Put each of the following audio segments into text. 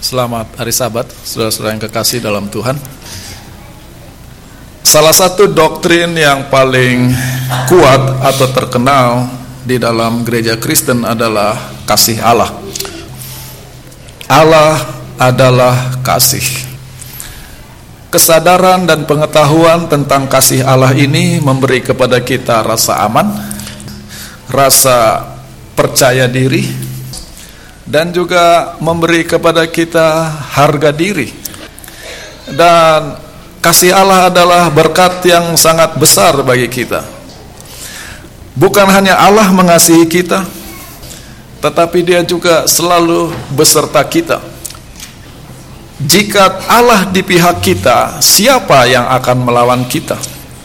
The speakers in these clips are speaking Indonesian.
Selamat hari Sabat, saudara-saudara yang kekasih dalam Tuhan. Salah satu doktrin yang paling kuat atau terkenal di dalam gereja Kristen adalah kasih Allah. Allah adalah kasih. Kesadaran dan pengetahuan tentang kasih Allah ini memberi kepada kita rasa aman, rasa percaya diri, dan juga memberi kepada kita harga diri. Dan kasih Allah adalah berkat yang sangat besar bagi kita. Bukan hanya Allah mengasihi kita, tetapi Dia juga selalu beserta kita. Jika Allah di pihak kita, siapa yang akan melawan kita?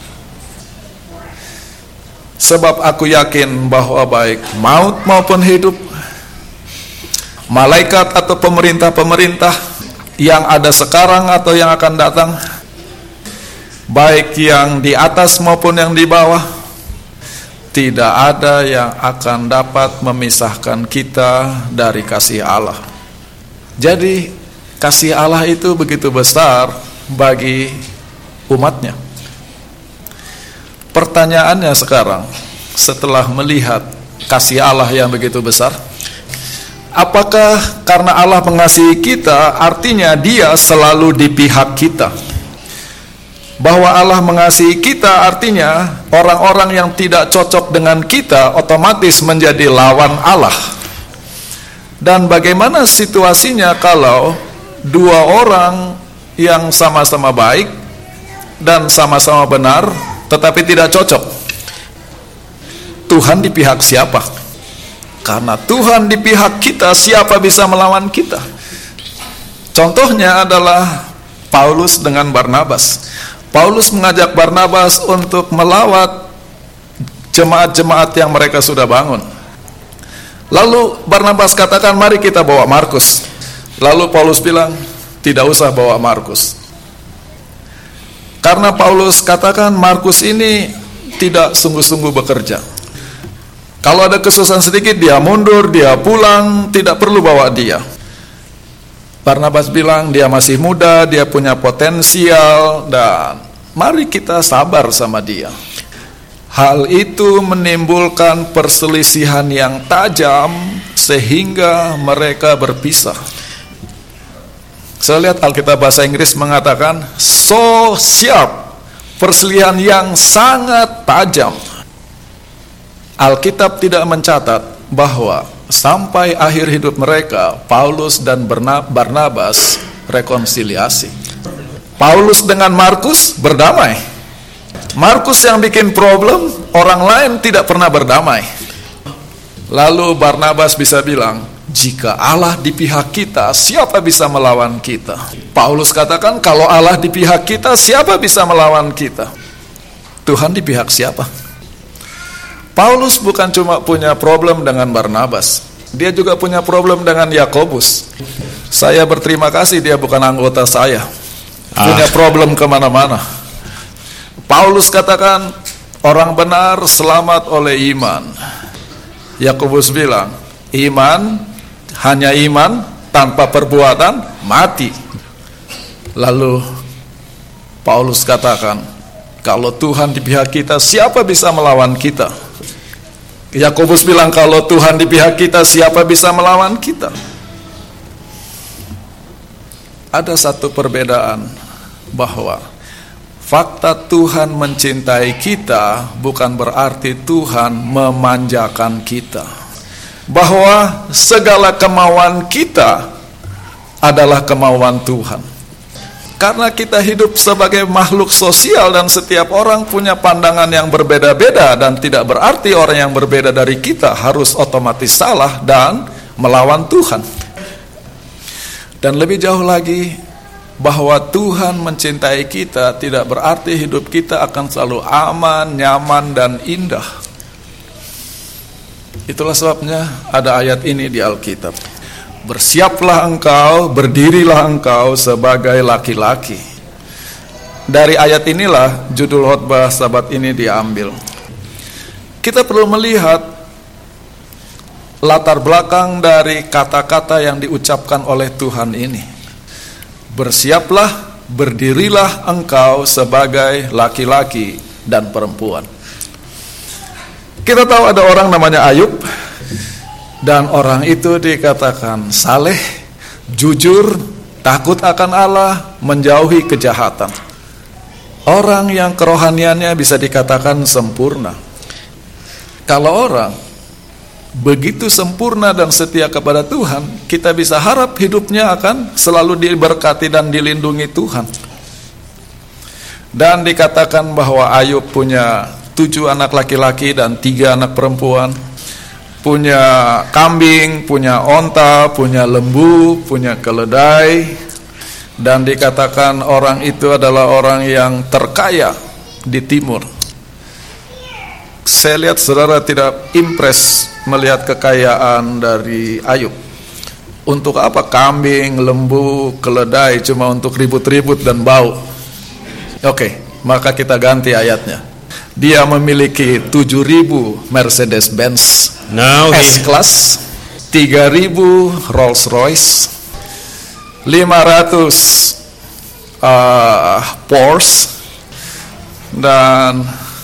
Sebab aku yakin bahwa baik maut maupun hidup, malaikat atau pemerintah-pemerintah yang ada sekarang atau yang akan datang, baik yang di atas maupun yang di bawah, tidak ada yang akan dapat memisahkan kita dari kasih Allah. Jadi kasih Allah itu begitu besar bagi umatnya. Pertanyaannya sekarang, setelah melihat kasih Allah yang begitu besar, apakah karena Allah mengasihi kita, artinya Dia selalu di pihak kita? Bahwa Allah mengasihi kita artinya orang-orang yang tidak cocok dengan kita otomatis menjadi lawan Allah. Dan bagaimana situasinya kalau dua orang yang sama-sama baik dan sama-sama benar tetapi tidak cocok? Tuhan di pihak siapa? Karena Tuhan di pihak kita, siapa bisa melawan kita? Contohnya adalah Paulus dengan Barnabas. Paulus mengajak Barnabas untuk melawat jemaat-jemaat yang mereka sudah bangun. Lalu Barnabas katakan, mari kita bawa Markus. Lalu Paulus bilang, tidak usah bawa Markus. Karena Paulus katakan Markus ini tidak sungguh-sungguh bekerja. Kalau ada kesusahan sedikit, dia mundur, dia pulang, tidak perlu bawa dia. Barnabas bilang dia masih muda, dia punya potensial, dan mari kita sabar sama dia. Hal itu menimbulkan perselisihan yang tajam sehingga mereka berpisah. Saya lihat Alkitab bahasa Inggris mengatakan so siap, perselisihan yang sangat tajam. Alkitab tidak mencatat bahwa sampai akhir hidup mereka Paulus dan Barnabas rekonsiliasi. Paulus dengan Markus berdamai. Markus yang bikin problem, orang lain tidak pernah berdamai. Lalu Barnabas bisa bilang, jika Allah di pihak kita, siapa bisa melawan kita? Paulus katakan, kalau Allah di pihak kita, siapa bisa melawan kita? Tuhan di pihak siapa? Paulus bukan cuma punya problem dengan Barnabas, dia juga punya problem dengan Yakobus. Saya berterima kasih dia bukan anggota saya. Punya problem kemana-mana. Paulus katakan, orang benar selamat oleh iman. Yakobus bilang, iman, hanya iman, tanpa perbuatan, mati. Lalu Paulus katakan, kalau Tuhan di pihak kita, siapa bisa melawan kita? Yakobus bilang, kalau Tuhan di pihak kita, siapa bisa melawan kita? Ada satu perbedaan, bahwa fakta Tuhan mencintai kita bukan berarti Tuhan memanjakan kita. Bahwa segala kemauan kita adalah kemauan Tuhan. Karena kita hidup sebagai makhluk sosial dan setiap orang punya pandangan yang berbeda-beda, dan tidak berarti orang yang berbeda dari kita harus otomatis salah dan melawan Tuhan. Dan lebih jauh lagi, bahwa Tuhan mencintai kita tidak berarti hidup kita akan selalu aman, nyaman, dan indah. Itulah sebabnya ada ayat ini di Alkitab. Bersiaplah engkau, berdirilah engkau sebagai laki-laki. Dari ayat inilah judul khotbah Sabat ini diambil. Kita perlu melihat latar belakang dari kata-kata yang diucapkan oleh Tuhan ini. Bersiaplah, berdirilah engkau sebagai laki-laki dan perempuan. Kita tahu ada orang namanya Ayub, dan orang itu dikatakan saleh, jujur, takut akan Allah, menjauhi kejahatan. Orang yang kerohaniannya bisa dikatakan sempurna. Kalau orang begitu sempurna dan setia kepada Tuhan, kita bisa harap hidupnya akan selalu diberkati dan dilindungi Tuhan. Dan dikatakan bahwa Ayub punya 7 anak laki-laki dan 3 anak perempuan, punya kambing, punya onta, punya lembu, punya keledai, dan dikatakan orang itu adalah orang yang terkaya di timur. Saya lihat saudara tidak impress melihat kekayaan dari Ayub. Untuk apa kambing, lembu, keledai cuma untuk ribut-ribut dan bau? Oke, maka kita ganti ayatnya. Dia memiliki 7.000 Mercedes-Benz S-Class, 3.000 Rolls-Royce, 500 Porsche, dan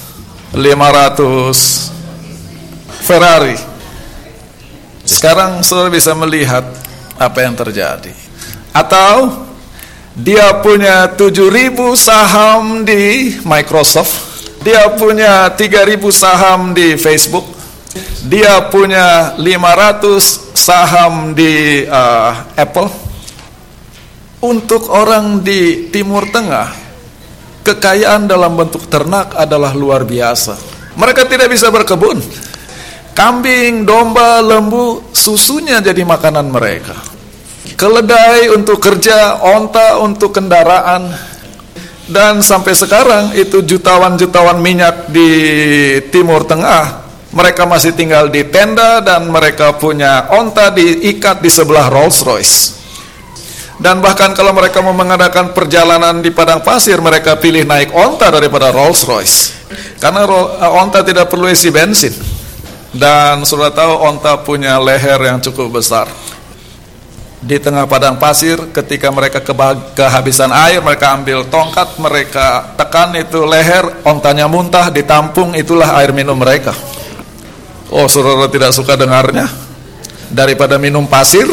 500 Ferrari. Sekarang saudara bisa melihat apa yang terjadi. Atau dia punya 7.000 saham di Microsoft, dia punya 3.000 saham di Facebook, dia punya 500 saham di Apple. Untuk orang di Timur Tengah, kekayaan dalam bentuk ternak adalah luar biasa. Mereka tidak bisa berkebun. Kambing, domba, lembu, susunya jadi makanan mereka. Keledai untuk kerja, onta untuk kendaraan. Dan sampai sekarang itu jutawan-jutawan minyak di Timur Tengah, mereka masih tinggal di tenda dan mereka punya onta diikat di sebelah Rolls Royce. Dan bahkan kalau mereka mau mengadakan perjalanan di padang pasir, mereka pilih naik onta daripada Rolls Royce, karena onta tidak perlu isi bensin. Dan sudah tahu onta punya leher yang cukup besar. Di tengah padang pasir, ketika mereka kehabisan air, mereka ambil tongkat, mereka tekan itu leher, ontanya muntah, ditampung, itulah air minum mereka. Oh, saudara tidak suka dengarnya? Daripada minum pasir.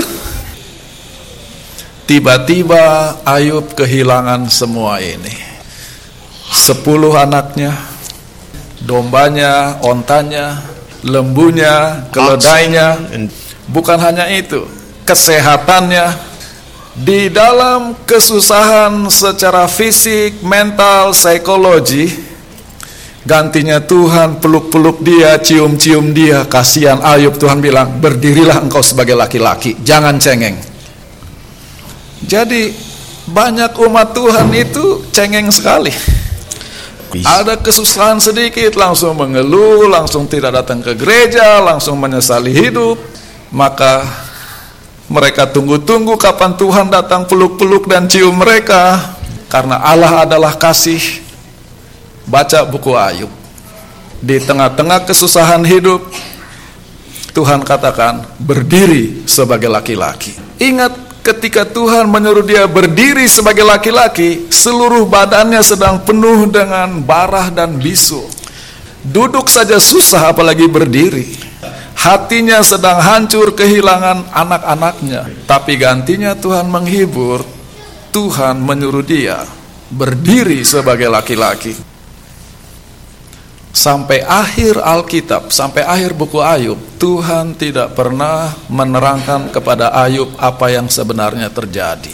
Tiba-tiba Ayub kehilangan semua ini. 10 anaknya, dombanya, ontanya, lembunya, keledainya. Bukan hanya itu, kesehatannya. Di dalam kesusahan secara fisik, mental, psikologi, gantinya Tuhan peluk-peluk dia, cium-cium dia. Kasihan Ayub, Tuhan bilang, berdirilah engkau sebagai laki-laki, jangan cengeng. Jadi banyak umat Tuhan itu cengeng sekali. Ada kesusahan sedikit langsung mengeluh, langsung tidak datang ke gereja, langsung menyesali hidup. Maka mereka tunggu-tunggu kapan Tuhan datang peluk-peluk dan cium mereka. Karena Allah adalah kasih. Baca buku Ayub. Di tengah-tengah kesusahan hidup, Tuhan katakan berdiri sebagai laki-laki. Ingat, ketika Tuhan menyuruh dia berdiri sebagai laki-laki, seluruh badannya sedang penuh dengan barah dan bisu. Duduk saja susah, apalagi berdiri. Hatinya sedang hancur kehilangan anak-anaknya. Tapi gantinya Tuhan menghibur. Tuhan menyuruh dia berdiri sebagai laki-laki. Sampai akhir Alkitab, sampai akhir buku Ayub, Tuhan tidak pernah menerangkan kepada Ayub apa yang sebenarnya terjadi.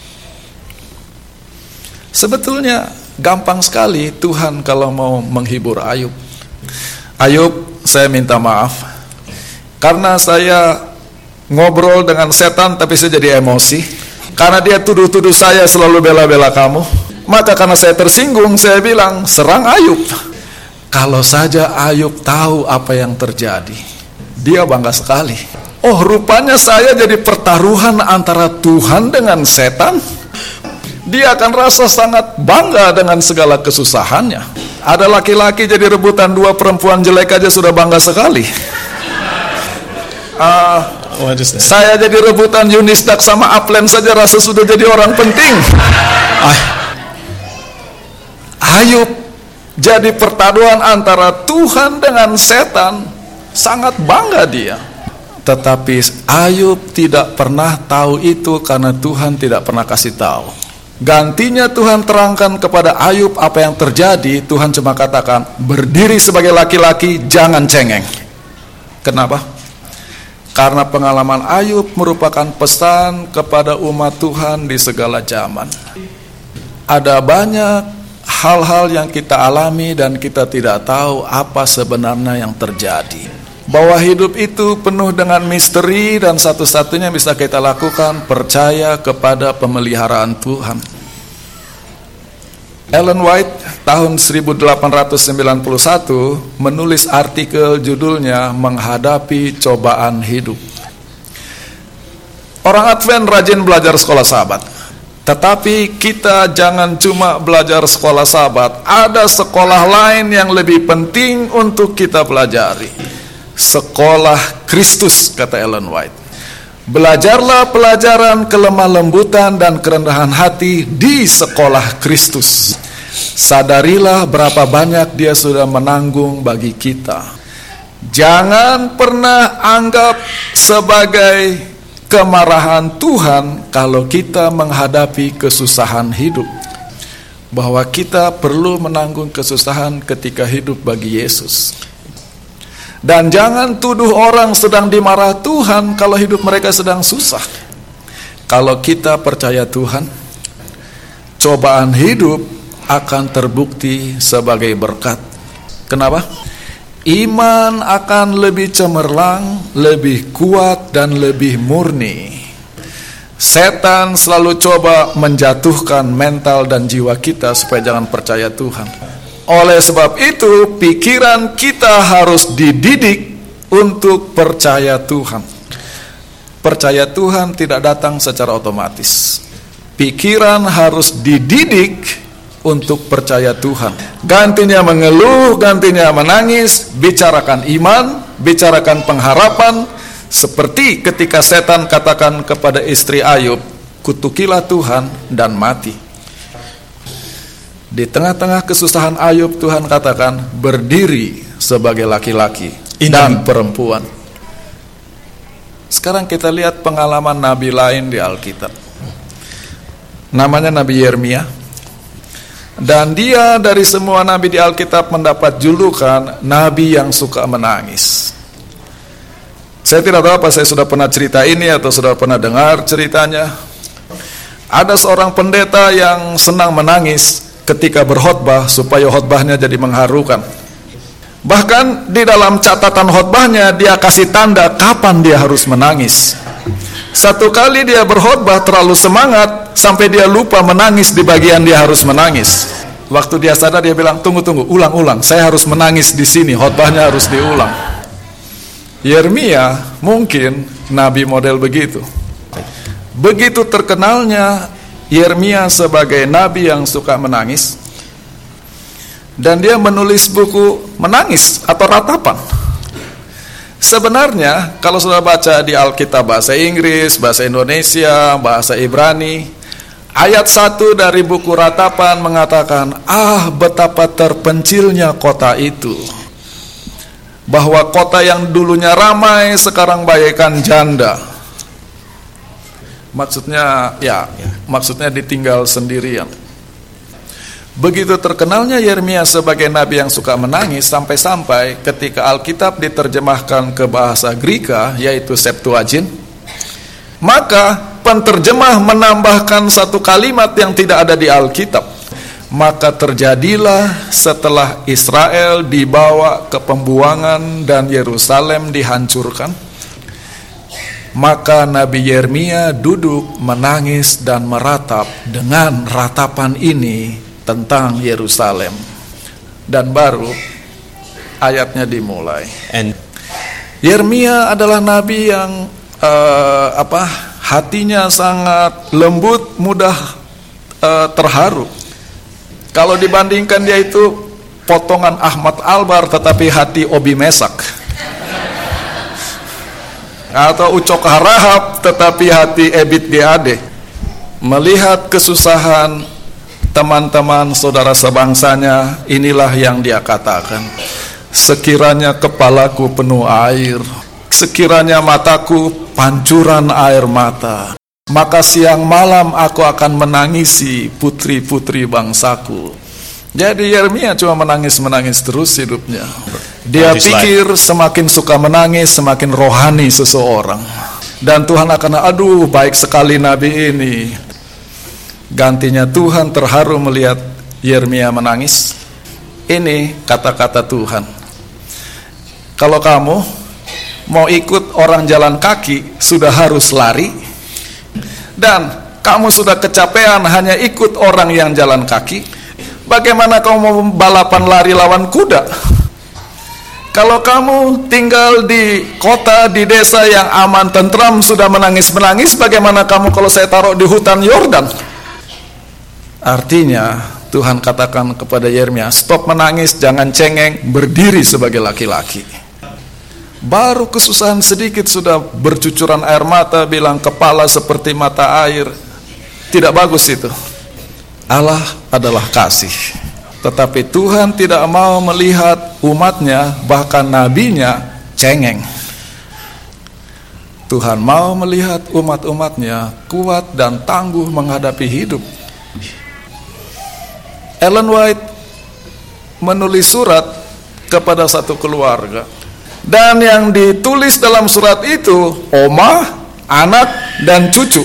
Sebetulnya gampang sekali Tuhan kalau mau menghibur Ayub. Ayub, saya minta maaf karena saya ngobrol dengan setan tapi saya jadi emosi, karena dia tuduh-tuduh saya selalu bela-bela kamu. Maka karena saya tersinggung, saya bilang, serang Ayub. Kalau saja Ayub tahu apa yang terjadi, dia bangga sekali. Oh, rupanya saya jadi pertaruhan antara Tuhan dengan setan. Dia akan rasa sangat bangga dengan segala kesusahannya. Ada laki-laki jadi rebutan 2 perempuan jelek aja sudah bangga sekali. What is that? Saya jadi rebutan Unisdak sama Upland saja rasa sudah jadi orang penting. Ayub jadi pertaruhan antara Tuhan dengan setan. Sangat bangga dia. Tetapi Ayub tidak pernah tahu itu karena Tuhan tidak pernah kasih tahu. Gantinya Tuhan terangkan kepada Ayub apa yang terjadi. Tuhan cuma katakan, berdiri sebagai laki-laki, jangan cengeng. Kenapa? Karena pengalaman Ayub merupakan pesan kepada umat Tuhan di segala zaman. Ada banyak hal-hal yang kita alami dan kita tidak tahu apa sebenarnya yang terjadi. Bahwa hidup itu penuh dengan misteri dan satu-satunya bisa kita lakukan percaya kepada pemeliharaan Tuhan. Ellen White tahun 1891 menulis artikel judulnya Menghadapi Cobaan Hidup. Orang Advent rajin belajar sekolah Sabat. Tetapi kita jangan cuma belajar sekolah Sabat. Ada sekolah lain yang lebih penting untuk kita pelajari. Sekolah Kristus, kata Ellen White. Belajarlah pelajaran kelemah lembutan dan kerendahan hati di sekolah Kristus. Sadarilah berapa banyak dia sudah menanggung bagi kita. Jangan pernah anggap sebagai kemarahan Tuhan kalau kita menghadapi kesusahan hidup. Bahwa kita perlu menanggung kesusahan ketika hidup bagi Yesus. Dan jangan tuduh orang sedang dimarah Tuhan kalau hidup mereka sedang susah. Kalau kita percaya Tuhan, cobaan hidup akan terbukti sebagai berkat. Kenapa? Iman akan lebih cemerlang, lebih kuat, dan lebih murni. Setan selalu coba menjatuhkan mental dan jiwa kita supaya jangan percaya Tuhan. Oleh sebab itu, pikiran kita harus dididik untuk percaya Tuhan. Percaya Tuhan tidak datang secara otomatis. Pikiran harus dididik untuk percaya Tuhan. Gantinya mengeluh, gantinya menangis, bicarakan iman, bicarakan pengharapan. Seperti ketika setan katakan kepada istri Ayub, kutukilah Tuhan dan mati. Di tengah-tengah kesusahan Ayub, Tuhan katakan, berdiri sebagai laki-laki dan perempuan. Sekarang kita lihat pengalaman nabi lain di Alkitab. Namanya Nabi Yeremia. Dan dia dari semua nabi di Alkitab mendapat julukan nabi yang suka menangis. Saya tidak tahu apa saya sudah pernah cerita ini atau sudah pernah dengar ceritanya. Ada seorang pendeta yang senang menangis ketika berkhotbah supaya khotbahnya jadi mengharukan. Bahkan di dalam catatan khotbahnya dia kasih tanda kapan dia harus menangis. Satu kali dia berkhotbah terlalu semangat sampai dia lupa menangis di bagian dia harus menangis. Waktu dia sadar dia bilang, tunggu, ulang, saya harus menangis di sini, khotbahnya harus diulang. Yeremia mungkin nabi model begitu. Begitu terkenalnya Yeremia sebagai nabi yang suka menangis, dan dia menulis buku menangis atau ratapan. Sebenarnya kalau sudah baca di Alkitab bahasa Inggris, bahasa Indonesia, bahasa Ibrani, ayat 1 dari buku ratapan mengatakan, betapa terpencilnya kota itu. Bahwa kota yang dulunya ramai sekarang bagaikan janda. Maksudnya ditinggal sendirian. Begitu terkenalnya Yeremia sebagai nabi yang suka menangis, sampai-sampai ketika Alkitab diterjemahkan ke bahasa Greka, yaitu Septuagint, maka penterjemah menambahkan satu kalimat yang tidak ada di Alkitab. Maka terjadilah setelah Israel dibawa ke pembuangan dan Yerusalem dihancurkan, maka Nabi Yeremia duduk menangis dan meratap dengan ratapan ini tentang Yerusalem. Dan baru ayatnya dimulai. Yeremia adalah nabi yang hatinya sangat lembut, mudah terharu. Kalau dibandingkan dia itu potongan Ahmad Albar tetapi hati Obi Mesak. Atau ucok harahap tetapi hati ebit geade. Melihat kesusahan teman-teman saudara sebangsanya, inilah yang dia katakan. Sekiranya kepalaku penuh air, sekiranya mataku pancuran air mata, maka siang malam aku akan menangisi putri-putri bangsaku. Jadi Yeremia cuma menangis-menangis terus hidupnya. Dia pikir semakin suka menangis, semakin rohani seseorang. Dan Tuhan akan, aduh baik sekali nabi ini. Gantinya Tuhan terharu melihat Yeremia menangis. Ini kata-kata Tuhan. Kalau kamu mau ikut orang jalan kaki, sudah harus lari. Dan kamu sudah kecapean hanya ikut orang yang jalan kaki, bagaimana kamu mau balapan lari lawan kuda? Kalau kamu tinggal di kota, di desa yang aman, tentram, sudah menangis-menangis, bagaimana kamu kalau saya taruh di hutan Yordan? Artinya, Tuhan katakan kepada Yeremia, stop menangis, jangan cengeng, berdiri sebagai laki-laki. Baru kesusahan sedikit sudah bercucuran air mata, bilang kepala seperti mata air. Tidak bagus itu. Allah adalah kasih. Tetapi Tuhan tidak mau melihat umatnya, bahkan nabinya, cengeng. Tuhan mau melihat umat-umatnya kuat dan tangguh menghadapi hidup. Ellen White menulis surat kepada satu keluarga. Dan yang ditulis dalam surat itu, oma, anak, dan cucu.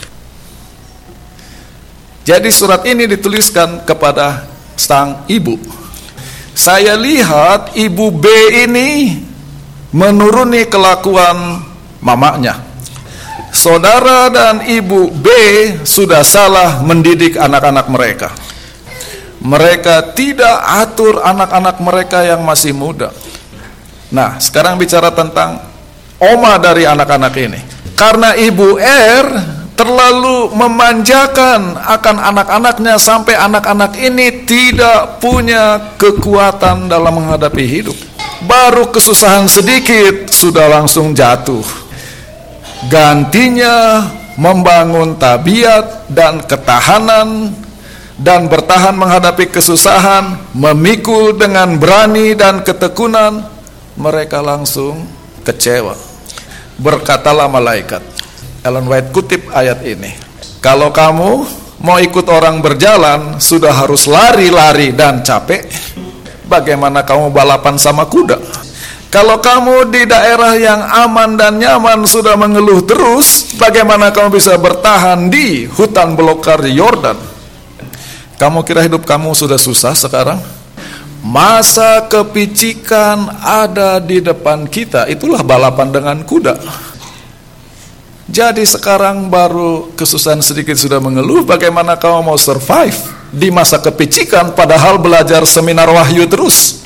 Jadi surat ini dituliskan kepada sang ibu. Saya lihat ibu B ini menuruni kelakuan mamanya. Saudara dan ibu B sudah salah mendidik anak-anak mereka. Mereka tidak atur anak-anak mereka yang masih muda. Nah, sekarang bicara tentang oma dari anak-anak ini. Karena ibu R terlalu memanjakan akan anak-anaknya sampai anak-anak ini tidak punya kekuatan dalam menghadapi hidup. Baru kesusahan sedikit sudah langsung jatuh. Gantinya membangun tabiat dan ketahanan dan bertahan menghadapi kesusahan, memikul dengan berani dan ketekunan, mereka langsung kecewa. Berkatalah malaikat, Ellen White kutip ayat ini, kalau kamu mau ikut orang berjalan, sudah harus lari-lari dan capek, bagaimana kamu balapan sama kuda? Kalau kamu di daerah yang aman dan nyaman sudah mengeluh terus, bagaimana kamu bisa bertahan di hutan belukar Yordan? Kamu kira hidup kamu sudah susah sekarang? Masa kepicikan ada di depan kita, itulah balapan dengan kuda. Jadi sekarang baru kesusahan sedikit sudah mengeluh, bagaimana kamu mau survive di masa kepicikan padahal belajar seminar wahyu terus?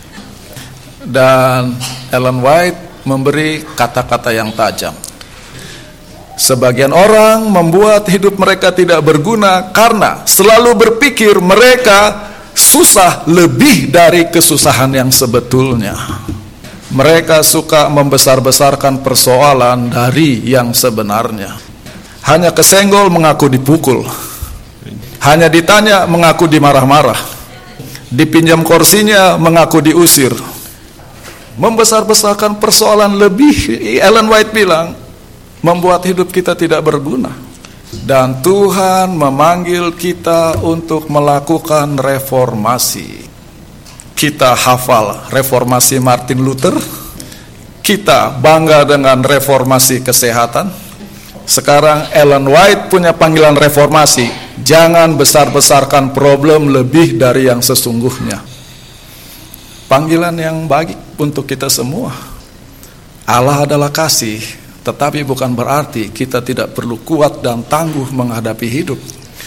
Dan Ellen White memberi kata-kata yang tajam. Sebagian orang membuat hidup mereka tidak berguna karena selalu berpikir mereka susah lebih dari kesusahan yang sebetulnya. Mereka suka membesar-besarkan persoalan dari yang sebenarnya. Hanya kesenggol mengaku dipukul. Hanya ditanya mengaku dimarah-marah. Dipinjam kursinya mengaku diusir. Membesar-besarkan persoalan lebih, Ellen White bilang, membuat hidup kita tidak berguna. Dan Tuhan memanggil kita untuk melakukan reformasi. Kita hafal reformasi Martin Luther, kita bangga dengan reformasi kesehatan. Sekarang Ellen White punya panggilan reformasi, jangan besar-besarkan problem lebih dari yang sesungguhnya. Panggilan yang baik untuk kita semua. Allah adalah kasih, tetapi bukan berarti kita tidak perlu kuat dan tangguh menghadapi hidup.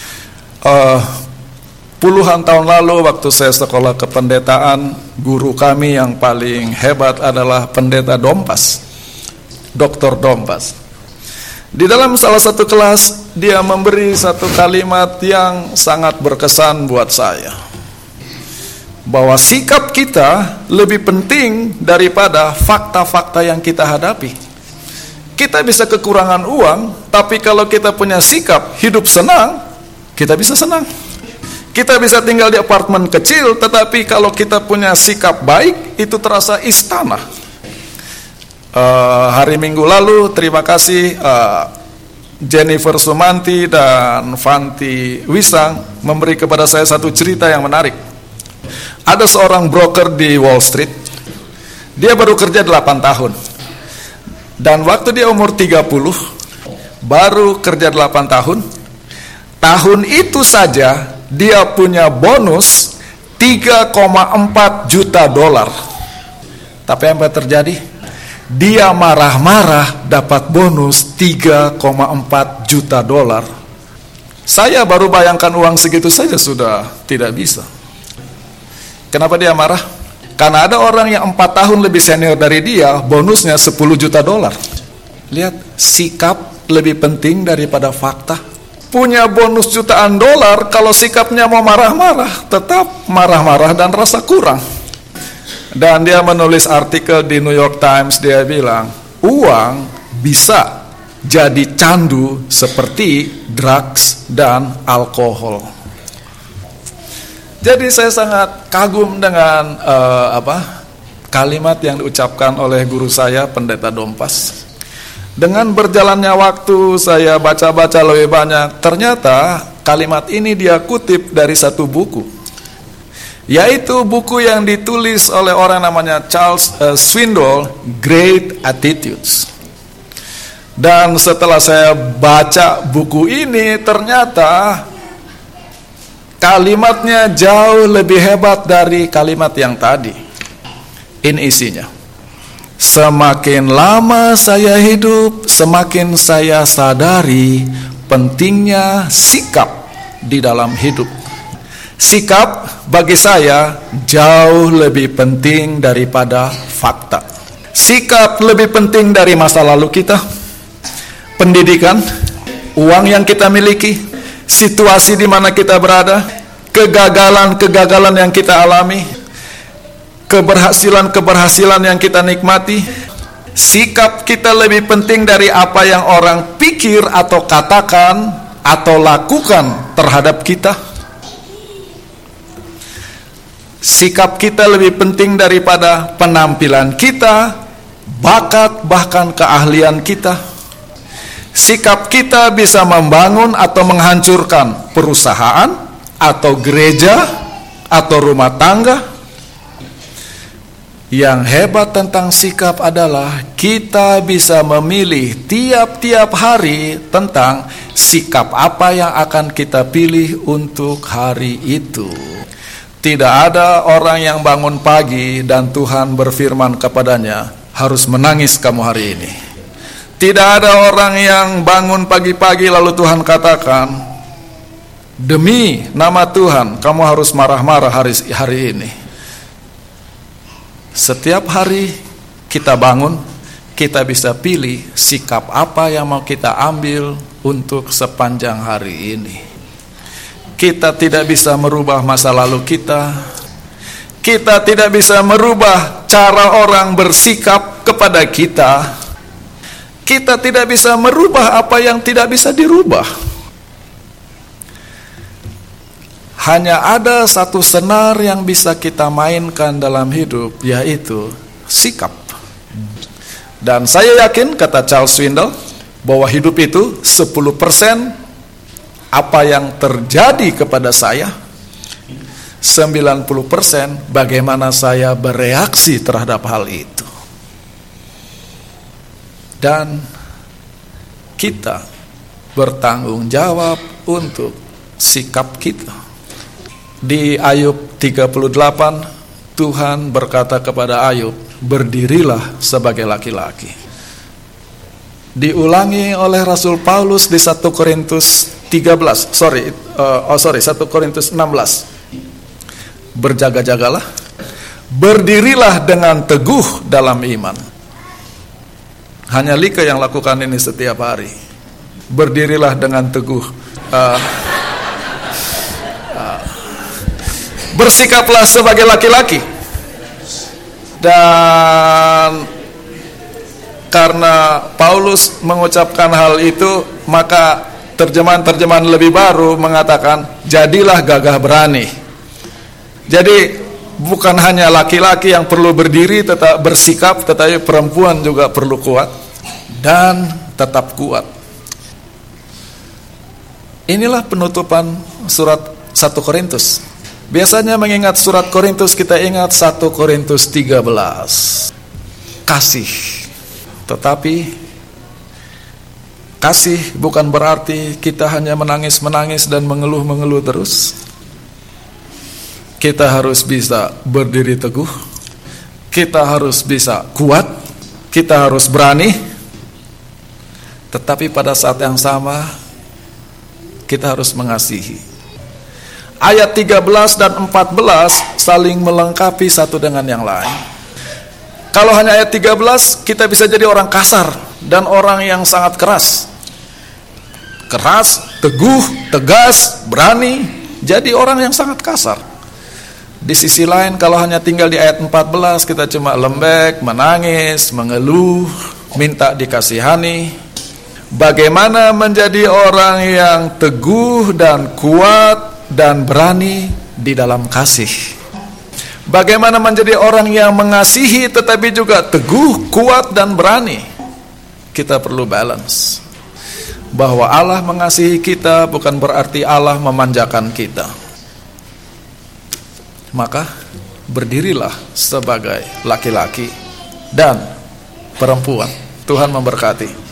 Puluhan tahun lalu waktu saya sekolah kependetaan, guru kami yang paling hebat adalah pendeta Dompas, Dr. Dompas. Di dalam salah satu kelas, dia memberi satu kalimat yang sangat berkesan buat saya, bahwa sikap kita lebih penting daripada fakta-fakta yang kita hadapi. Kita bisa kekurangan uang, tapi kalau kita punya sikap hidup senang, kita bisa senang. Kita bisa tinggal di apartemen kecil, tetapi kalau kita punya sikap baik, itu terasa istana. Hari Minggu lalu, terima kasih Jennifer Sumanti dan Fanti Wisang memberi kepada saya satu cerita yang menarik. Ada seorang broker di Wall Street. Dia baru kerja 8 tahun. Dan waktu dia umur 30, baru kerja 8 tahun, tahun itu saja dia punya bonus 3,4 juta dolar. Tapi apa yang terjadi? Dia marah-marah dapat bonus 3,4 juta dolar. Saya baru bayangkan uang segitu saja sudah tidak bisa. Kenapa dia marah? Karena ada orang yang 4 tahun lebih senior dari dia, bonusnya 10 juta dolar. Lihat, sikap lebih penting daripada fakta. Punya bonus jutaan dolar, kalau sikapnya mau marah-marah, tetap marah-marah dan rasa kurang. Dan dia menulis artikel di New York Times, dia bilang, uang bisa jadi candu seperti drugs dan alkohol. Jadi saya sangat kagum dengan kalimat yang diucapkan oleh guru saya, Pendeta Dompas. Dengan berjalannya waktu, saya baca-baca lebih banyak. Ternyata kalimat ini dia kutip dari satu buku, yaitu buku yang ditulis oleh orang namanya Charles Swindoll, Great Attitudes. Dan setelah saya baca buku ini, ternyata kalimatnya jauh lebih hebat dari kalimat yang tadi. Ini isinya. Semakin lama saya hidup, semakin saya sadari pentingnya sikap di dalam hidup. Sikap bagi saya jauh lebih penting daripada fakta. Sikap lebih penting dari masa lalu kita, pendidikan, uang yang kita miliki, situasi di mana kita berada, kegagalan-kegagalan yang kita alami, keberhasilan-keberhasilan yang kita nikmati. Sikap kita lebih penting dari apa yang orang pikir atau katakan atau lakukan terhadap kita. Sikap kita lebih penting daripada penampilan kita, bakat, bahkan keahlian kita. Sikap kita bisa membangun atau menghancurkan perusahaan, atau gereja, atau rumah tangga. Yang hebat tentang sikap adalah kita bisa memilih tiap-tiap hari tentang sikap apa yang akan kita pilih untuk hari itu. Tidak ada orang yang bangun pagi dan Tuhan berfirman kepadanya, harus menangis kamu hari ini. Tidak ada orang yang bangun pagi-pagi lalu Tuhan katakan, demi nama Tuhan kamu harus marah-marah hari ini. Setiap hari kita bangun, kita bisa pilih sikap apa yang mau kita ambil untuk sepanjang hari ini. Kita tidak bisa merubah masa lalu kita. Kita tidak bisa merubah cara orang bersikap kepada kita. Kita tidak bisa merubah apa yang tidak bisa dirubah. Hanya ada satu senar yang bisa kita mainkan dalam hidup, yaitu sikap. Dan saya yakin, kata Charles Swindoll, bahwa hidup itu 10% apa yang terjadi kepada saya, 90% bagaimana saya bereaksi terhadap hal itu. Dan kita bertanggung jawab untuk sikap kita. Di Ayub 38, Tuhan berkata kepada Ayub, berdirilah sebagai laki-laki. Diulangi oleh Rasul Paulus di 1 Korintus 1 Korintus 16. Berjaga-jagalah, berdirilah dengan teguh dalam iman. Hanya Lika yang lakukan ini setiap hari. Berdirilah dengan teguh. Bersikaplah sebagai laki-laki. Dan karena Paulus mengucapkan hal itu, maka terjemahan-terjemahan lebih baru mengatakan jadilah gagah berani. Jadi bukan hanya laki-laki yang perlu berdiri tetap bersikap, tetapi perempuan juga perlu kuat dan tetap kuat. Inilah penutupan surat 1 Korintus. Biasanya mengingat surat Korintus kita ingat 1 Korintus 13. Kasih. Tetapi kasih bukan berarti kita hanya menangis-menangis dan mengeluh-mengeluh terus. Kita harus bisa berdiri teguh. Kita harus bisa kuat. Kita harus berani. Tetapi pada saat yang sama kita harus mengasihi. Ayat 13 dan 14 saling melengkapi satu dengan yang lain. Kalau hanya ayat 13, kita bisa jadi orang kasar dan orang yang sangat keras. Keras, teguh, tegas, berani, jadi orang yang sangat kasar. Di sisi lain, kalau hanya tinggal di ayat 14, kita cuma lembek, menangis, mengeluh, minta dikasihani. Bagaimana menjadi orang yang teguh dan kuat dan berani di dalam kasih? Bagaimana menjadi orang yang mengasihi tetapi juga teguh, kuat dan berani? Kita perlu balance. Bahwa Allah mengasihi kita bukan berarti Allah memanjakan kita. Maka berdirilah sebagai laki-laki dan perempuan. Tuhan memberkati.